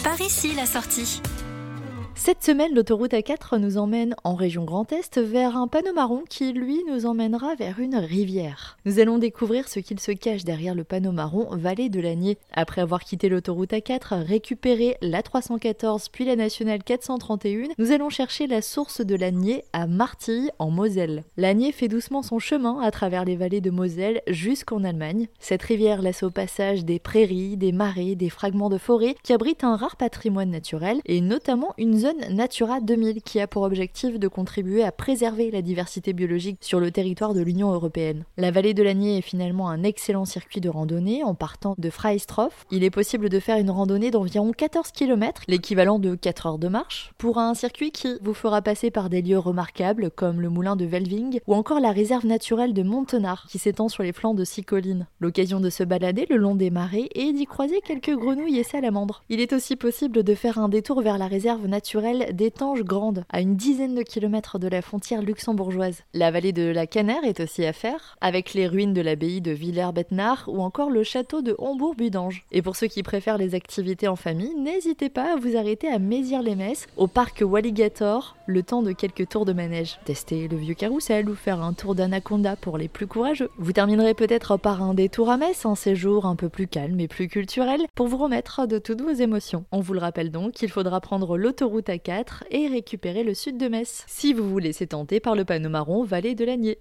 Par ici la sortie. Cette semaine, l'autoroute A4 nous emmène en région Grand Est vers un panneau marron qui, lui, nous emmènera vers une rivière. Nous allons découvrir ce qu'il se cache derrière le panneau marron vallée de l'Agnier. Après avoir quitté l'autoroute A4, récupéré la 314 puis la nationale 431, nous allons chercher la source de l'Agnier à Martilly en Moselle. L'Agnier fait doucement son chemin à travers les vallées de Moselle jusqu'en Allemagne. Cette rivière laisse au passage des prairies, des marais, des fragments de forêt qui abritent un rare patrimoine naturel et notamment une zone Natura 2000 qui a pour objectif de contribuer à préserver la diversité biologique sur le territoire de l'Union européenne. La vallée de l'Agnier est finalement un excellent circuit de randonnée en partant de Freistrop. Il est possible de faire une randonnée d'environ 14 km, l'équivalent de 4 heures de marche, pour un circuit qui vous fera passer par des lieux remarquables comme le moulin de Velving ou encore la réserve naturelle de Montenard qui s'étend sur les flancs de 6 collines. L'occasion de se balader le long des marais et d'y croiser quelques grenouilles et salamandres. Il est aussi possible de faire un détour vers la réserve naturelle d'Étanges Grandes, à une dizaine de kilomètres de la frontière luxembourgeoise. La vallée de la Canère est aussi à faire, avec les ruines de l'abbaye de Villers-Bethnard ou encore le château de Hombourg-Budange. Et pour ceux qui préfèrent les activités en famille, n'hésitez pas à vous arrêter à Mézières-les-Messes, au parc Walligator, le temps de quelques tours de manège. Tester le vieux carrousel ou faire un tour d'Anaconda pour les plus courageux. Vous terminerez peut-être par un détour à Metz, un séjour un peu plus calme et plus culturel, pour vous remettre de toutes vos émotions. On vous le rappelle donc, il faudra prendre l'autoroute A4 et récupérer le sud de Metz, si vous vous laissez tenter par le panneau marron vallée de l'Agnier.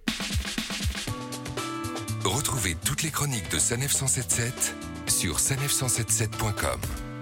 Retrouvez toutes les chroniques de Sanef 177 sur sanef177.com.